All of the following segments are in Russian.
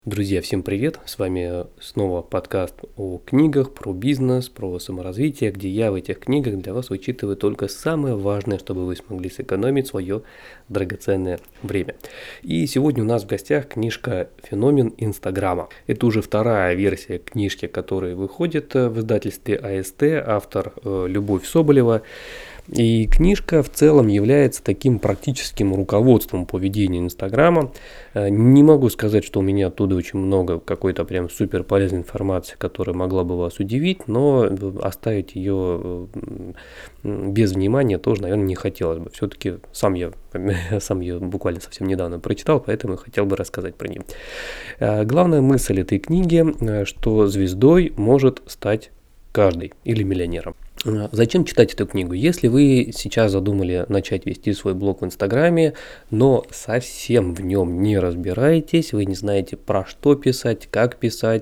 Друзья, всем привет! С вами снова подкаст о книгах, про бизнес, про саморазвитие, где я в этих книгах для вас вычитываю только самое важное, чтобы вы смогли сэкономить свое драгоценное время. И сегодня у нас в гостях книжка «Феномен Инстаграма». Это уже вторая версия книжки, которая выходит в издательстве АСТ, автор Любовь Соболева. И книжка в целом является таким практическим руководством по ведению Инстаграма. Не могу сказать, что у меня оттуда очень много какой-то прям супер полезной информации, которая могла бы вас удивить, но оставить ее без внимания тоже, наверное, не хотелось бы. Все-таки сам я ее буквально совсем недавно прочитал, поэтому хотел бы рассказать про нее. Главная мысль этой книги, что звездой может стать каждый или миллионером. Зачем читать эту книгу? Если вы сейчас задумали начать вести свой блог в Инстаграме, но совсем в нем не разбираетесь, вы не знаете, про что писать, как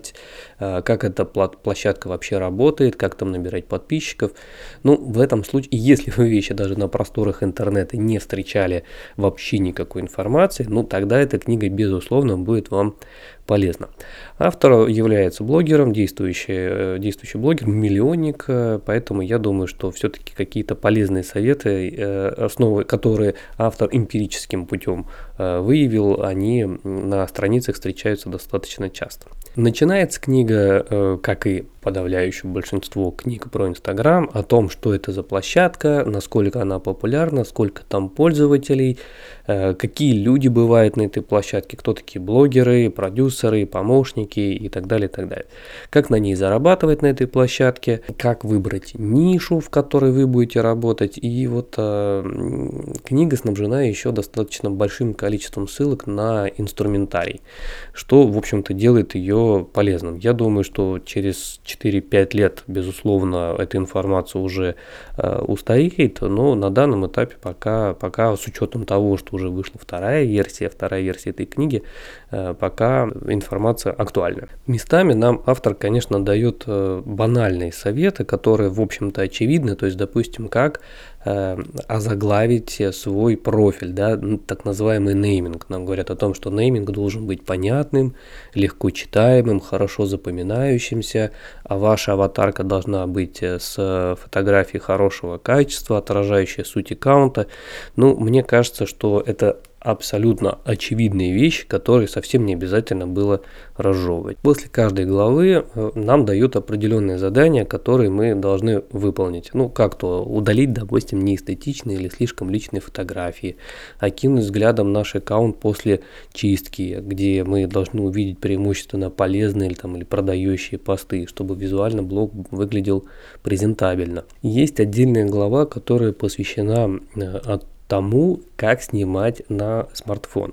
эта площадка вообще работает, как там набирать подписчиков, в этом случае, если вы еще даже на просторах интернета не встречали вообще никакой информации, тогда эта книга, безусловно, будет вам полезна. Автор является блогером, действующий блогер, миллионник, поэтому я думаю, что все-таки какие-то полезные советы, основы, которые автор эмпирическим путем выявил, они на страницах встречаются достаточно часто. Начинается книга, как и подавляющее большинство книг про Инстаграм, о том, что это за площадка, насколько она популярна, сколько там пользователей, какие люди бывают на этой площадке, кто такие блогеры, продюсеры, помощники и так далее, и так далее. Как на ней зарабатывать на этой площадке, как выбрать нишу, в которой вы будете работать. И вот книга снабжена еще достаточно большим количеством ссылок на инструментарий, что, в общем-то, делает ее полезным. Я думаю, что через 4-5 лет, безусловно, эта информация уже устареет, но на данном этапе пока с учетом того, что уже вышла вторая версия этой книги, пока информация актуальна. Местами нам автор, конечно, дает банальные советы, которые, в общем-то, очевидны, то есть, допустим, как озаглавить свой профиль, так называемый нейминг. Нам говорят о том, что нейминг должен быть понятным, легко читаемым, хорошо запоминающимся, а ваша аватарка должна быть с фотографией хорошего качества, отражающая суть аккаунта. Мне кажется, что это абсолютно очевидные вещи, которые совсем не обязательно было разжевывать. После каждой главы нам дают определенные задания, которые мы должны выполнить. Как то удалить, допустим, неэстетичные или слишком личные фотографии, окинуть взглядом наш аккаунт после чистки, где мы должны увидеть преимущественно полезные или продающие посты, чтобы визуально блог выглядел презентабельно. Есть отдельная глава, которая посвящена тому, как снимать на смартфон.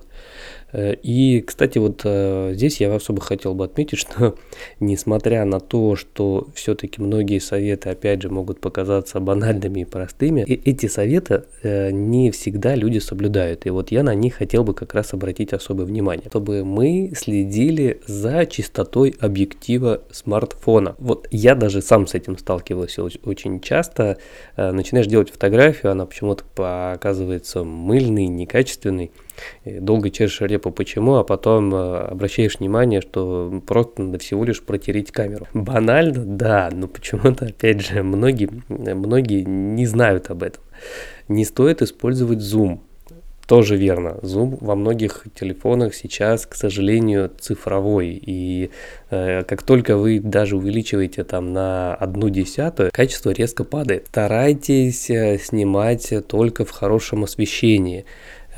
И, кстати, здесь я особо хотел бы отметить, что несмотря на то, что все-таки многие советы, опять же, могут показаться банальными и простыми, эти советы не всегда люди соблюдают. И я на них хотел бы как раз обратить особое внимание, чтобы мы следили за чистотой объектива смартфона. Я даже сам с этим сталкивался очень часто. Начинаешь делать фотографию, она почему-то оказывается мыльной, некачественной. Долго чешешь репу, почему, а потом обращаешь внимание, что просто надо всего лишь протереть камеру. Банально, да, но почему-то, опять же, многие не знают об этом. Не стоит использовать зум. Тоже верно. Зум во многих телефонах сейчас, к сожалению, цифровой. И как только вы даже увеличиваете на 1/10, качество резко падает. Старайтесь снимать только в хорошем освещении.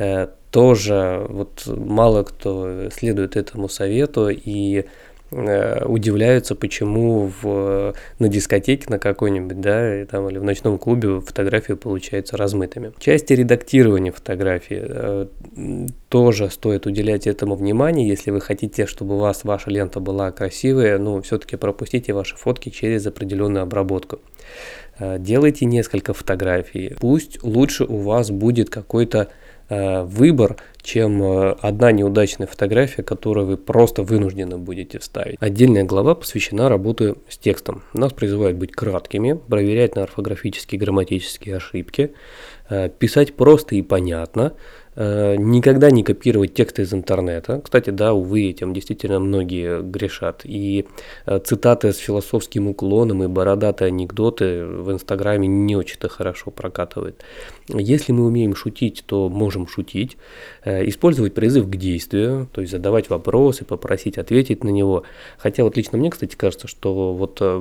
Тоже мало кто следует этому совету и удивляются, почему на дискотеке на какой-нибудь, или в ночном клубе фотографии получаются размытыми. В части редактирования фотографии тоже стоит уделять этому внимание. Если вы хотите, чтобы ваша лента была красивая, все-таки пропустите ваши фотки через определенную обработку. Делайте несколько фотографий. Пусть лучше у вас будет какой-то выбор, чем одна неудачная фотография, которую вы просто вынуждены будете вставить. Отдельная глава посвящена работе с текстом. Нас призывают быть краткими, проверять на орфографические и грамматические ошибки, писать просто и понятно, Никогда не копировать тексты из интернета. Кстати, да, увы, этим действительно многие грешат. И цитаты с философским уклоном и бородатые анекдоты в Инстаграме не очень-то хорошо прокатывают. Если мы умеем шутить, то можем шутить. Использовать призыв к действию, то есть задавать вопросы, попросить ответить на него. Хотя вот лично мне, кстати, кажется, что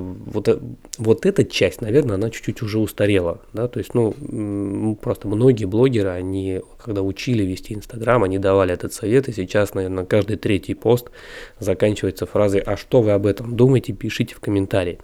вот эта часть, наверное, она чуть-чуть уже устарела. Да? То есть, просто многие блогеры, они, когда учили вести Инстаграм, они давали этот совет, и сейчас, наверное, каждый третий пост заканчивается фразой «А что вы об этом думаете? Пишите в комментарии».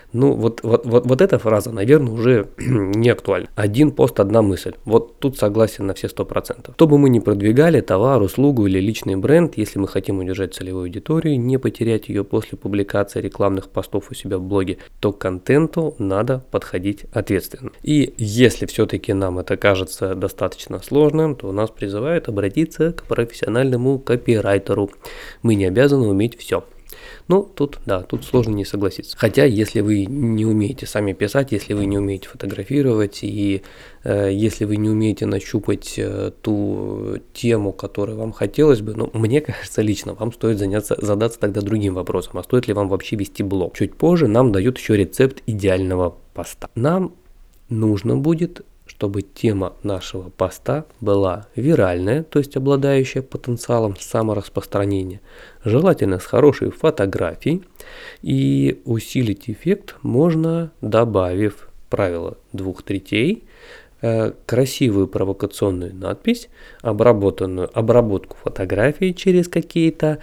Вот эта фраза, наверное, уже не актуальна. Один пост, одна мысль. Вот тут согласен на все 100%. Что бы мы ни продвигали, товар, услугу или личный бренд, если мы хотим удержать целевую аудиторию, не потерять ее после публикации рекламных постов у себя в блоге, то к контенту надо подходить ответственно. И если все-таки нам это кажется достаточно сложным, то нас призывают обратиться к профессиональному копирайтеру. Мы не обязаны уметь все. Тут сложно не согласиться. Хотя, если вы не умеете сами писать, если вы не умеете фотографировать, и если вы не умеете нащупать ту тему, которую вам хотелось бы, мне кажется, лично вам стоит задаться тогда другим вопросом, а стоит ли вам вообще вести блог. Чуть позже нам дают еще рецепт идеального поста. Нам нужно будет, чтобы тема нашего поста была виральная, то есть обладающая потенциалом самораспространения, желательно с хорошей фотографией, и усилить эффект можно, добавив правило 2/3, красивую провокационную надпись, обработку фотографий через какие-то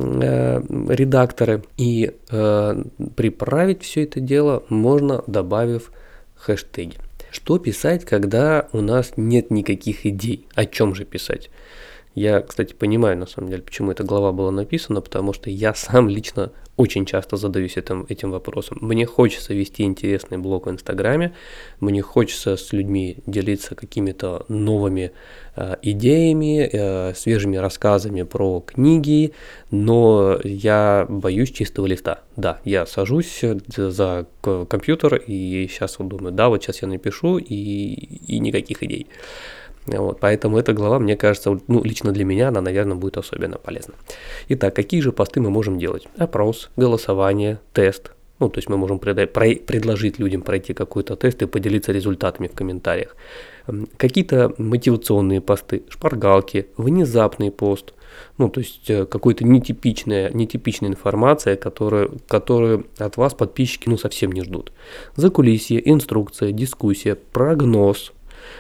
редакторы, и приправить все это дело можно, добавив хэштеги. Что писать, когда у нас нет никаких идей? О чем же писать? Я, кстати, понимаю, на самом деле, почему эта глава была написана, потому что я сам лично очень часто задаюсь этим вопросом. Мне хочется вести интересный блог в Инстаграме, мне хочется с людьми делиться какими-то новыми идеями, свежими рассказами про книги, но я боюсь чистого листа. Да, я сажусь за компьютер и сейчас думаю, вот сейчас я напишу и никаких идей. Поэтому эта глава, мне кажется, лично для меня она, наверное, будет особенно полезна. Итак, какие же посты мы можем делать? Опрос, голосование, тест. То есть мы можем предложить людям пройти какой-то тест и поделиться результатами в комментариях. Какие-то мотивационные посты, шпаргалки, внезапный пост. То есть какой-то нетипичная информация, которую от вас подписчики совсем не ждут. Закулисье, инструкция, дискуссия, прогноз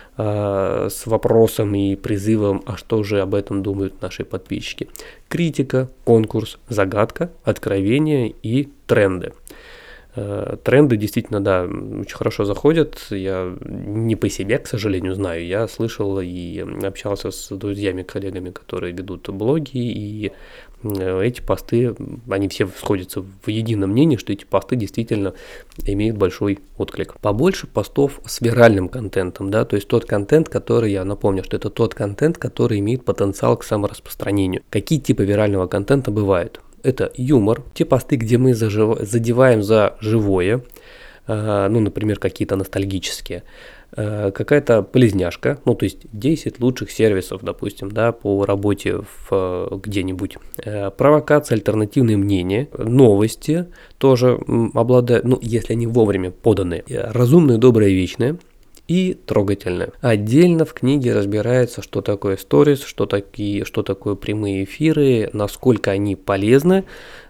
с вопросом и призывом, а что же об этом думают наши подписчики. Критика, конкурс, загадка, откровение и тренды. Тренды действительно, очень хорошо заходят. Я не по себе, к сожалению, знаю. Я слышал и общался с друзьями, коллегами, которые ведут блоги, и эти посты, они все сходятся в едином мнении, что эти посты действительно имеют большой отклик. Побольше постов с виральным контентом, то есть тот контент, который, я напомню, что это тот контент, который имеет потенциал к самораспространению. Какие типы вирального контента бывают? Это юмор, те посты, где мы задеваем за живое, например, какие-то ностальгические, какая-то полезняшка, то есть 10 лучших сервисов, допустим, по работе где-нибудь, провокация, альтернативные мнения, новости тоже обладают, если они вовремя поданы, разумное, доброе, вечное и трогательное. Отдельно в книге разбирается, что такое сторис, что такое прямые эфиры, насколько они полезны.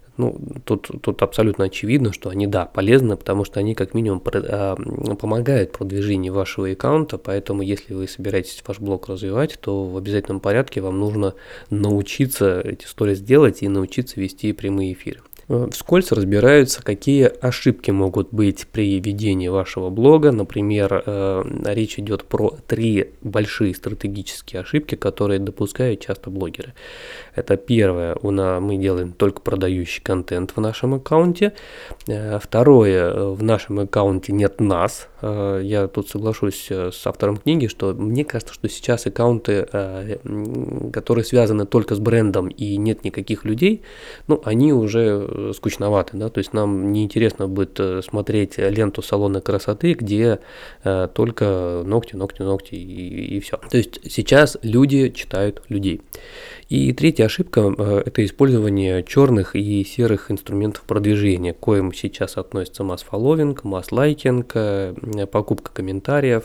Тут абсолютно очевидно, что они, полезны, потому что они как минимум помогают продвижению вашего аккаунта, поэтому если вы собираетесь ваш блог развивать, то в обязательном порядке вам нужно научиться эти сторис делать и научиться вести прямые эфиры. Вскользь разбираются, какие ошибки могут быть при ведении вашего блога. Например, речь идет про 3 большие стратегические ошибки, которые допускают часто блогеры. Это первое, мы делаем только продающий контент в нашем аккаунте. Второе, в нашем аккаунте нет нас. Я тут соглашусь с автором книги, что мне кажется, что сейчас аккаунты, которые связаны только с брендом и нет никаких людей, они уже скучноваты, да, то есть нам неинтересно будет смотреть ленту салона красоты, где только ногти и все. То есть сейчас люди читают людей. И третья ошибка – это использование черных и серых инструментов продвижения, к коим сейчас относятся масс-фолловинг, масс-лайкинг, покупка комментариев.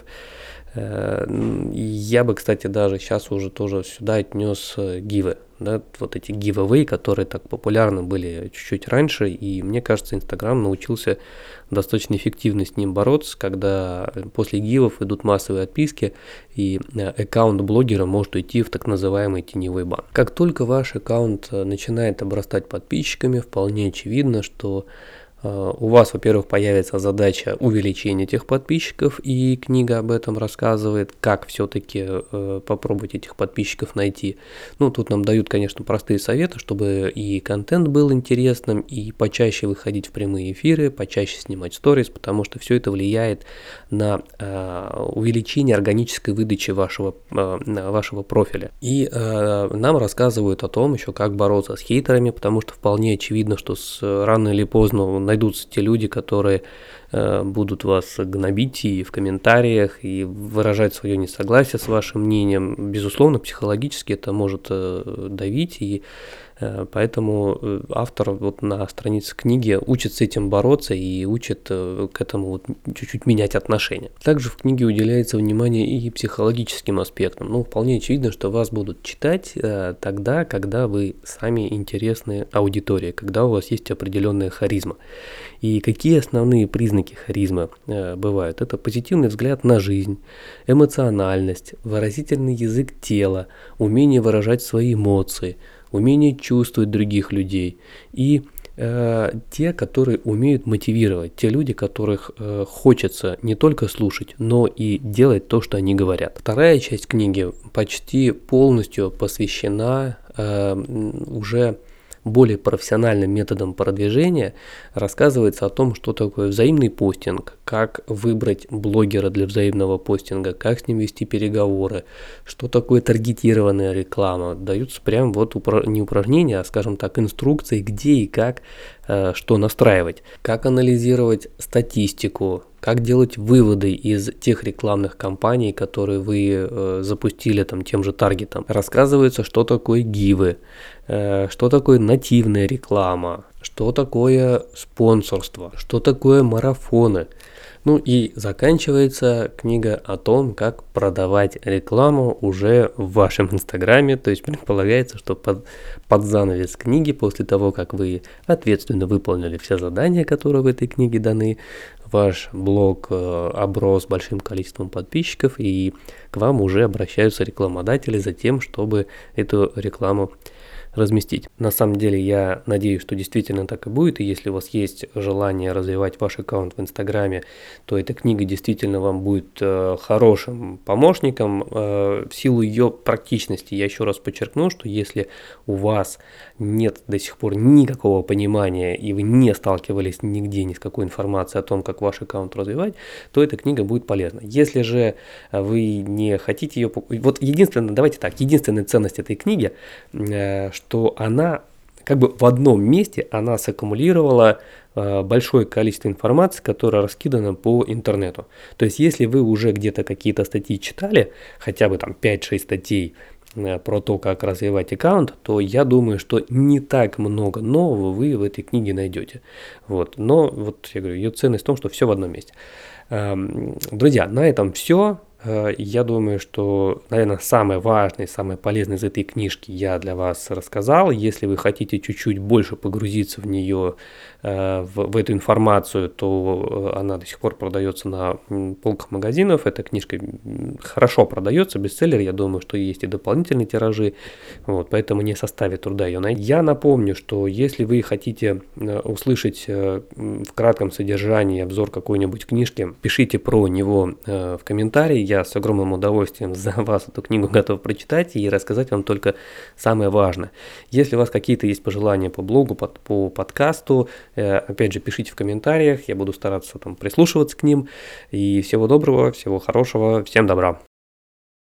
Я бы, кстати, даже сейчас уже тоже сюда отнес гивы, да, вот эти giveaway, которые так популярны были чуть-чуть раньше, и мне кажется, Инстаграм научился достаточно эффективно с ним бороться, когда после гивов идут массовые отписки, и аккаунт блогера может уйти в так называемый теневой бан. Как только ваш аккаунт начинает обрастать подписчиками, вполне очевидно, что у вас, во-первых, появится задача увеличения этих подписчиков, и книга об этом рассказывает, как все-таки попробовать этих подписчиков найти. Ну, тут нам дают, конечно, простые советы, чтобы и контент был интересным, и почаще выходить в прямые эфиры, почаще снимать сторис, потому что все это влияет на увеличение органической выдачи вашего профиля. И нам рассказывают о том еще, как бороться с хейтерами, потому что вполне очевидно, что рано или поздно найдутся те люди, которые будут вас гнобить и в комментариях, и выражать свое несогласие с вашим мнением. Безусловно, психологически это может давить, и поэтому автор вот на странице книги учит с этим бороться и учит к этому вот чуть-чуть менять отношения. Также в книге уделяется внимание и психологическим аспектам. Ну, вполне очевидно, что вас будут читать тогда, когда вы сами интересны аудитории, когда у вас есть определенная харизма. И какие основные признаки харизмы бывают? Это позитивный взгляд на жизнь, эмоциональность, выразительный язык тела, умение выражать свои эмоции, умение чувствовать других людей и те, которые умеют мотивировать, те люди, которых хочется не только слушать, но и делать то, что они говорят. Вторая часть книги почти полностью посвящена уже более профессиональным методом продвижения. Рассказывается о том, что такое взаимный постинг, как выбрать блогера для взаимного постинга, как с ним вести переговоры, что такое таргетированная реклама. Даются прям вот не упражнения, а, скажем так, инструкции, где и как что настраивать, как анализировать статистику, как делать выводы из тех рекламных кампаний, которые вы запустили там тем же таргетом. Рассказывается, что такое гивы, что такое нативная реклама, что такое спонсорство, что такое марафоны. Ну и заканчивается книга о том, как продавать рекламу уже в вашем инстаграме. То есть предполагается, что под занавес книги, после того, как вы ответственно выполнили все задания, которые в этой книге даны, ваш блог оброс большим количеством подписчиков, и к вам уже обращаются рекламодатели за тем, чтобы эту рекламу разместить. На самом деле я надеюсь, что действительно так и будет, и если у вас есть желание развивать ваш аккаунт в Инстаграме, то эта книга действительно вам будет хорошим помощником. В силу ее практичности я еще раз подчеркну, что если у вас нет до сих пор никакого понимания и вы не сталкивались нигде ни с какой информацией о том, как ваш аккаунт развивать, то эта книга будет полезна. Если же вы не хотите ее... Вот единственная ценность этой книги, что она как бы в одном месте она саккумулировала большое количество информации, которая раскидана по интернету. То есть, если вы уже где-то какие-то статьи читали, хотя бы там 5-6 статей про то, как развивать аккаунт, то я думаю, что не так много нового вы в этой книге найдете. Вот. Но вот я говорю, ее ценность в том, что все в одном месте. Друзья, на этом все. Я думаю, что, наверное, самое важное, самое полезное из этой книжки я для вас рассказал. Если вы хотите чуть-чуть больше погрузиться в нее, в эту информацию, то она до сих пор продается на полках магазинов. Эта книжка хорошо продается, бестселлер. Я думаю, что есть и дополнительные тиражи, вот, поэтому не составит труда ее найти. Я напомню, что если вы хотите услышать в кратком содержании обзор какой-нибудь книжки, пишите про него в комментарии. Я с огромным удовольствием за вас эту книгу готов прочитать и рассказать вам только самое важное. Если у вас какие-то есть пожелания по блогу, по подкасту, опять же, пишите в комментариях, я буду стараться там прислушиваться к ним. И всего доброго, всего хорошего, всем добра.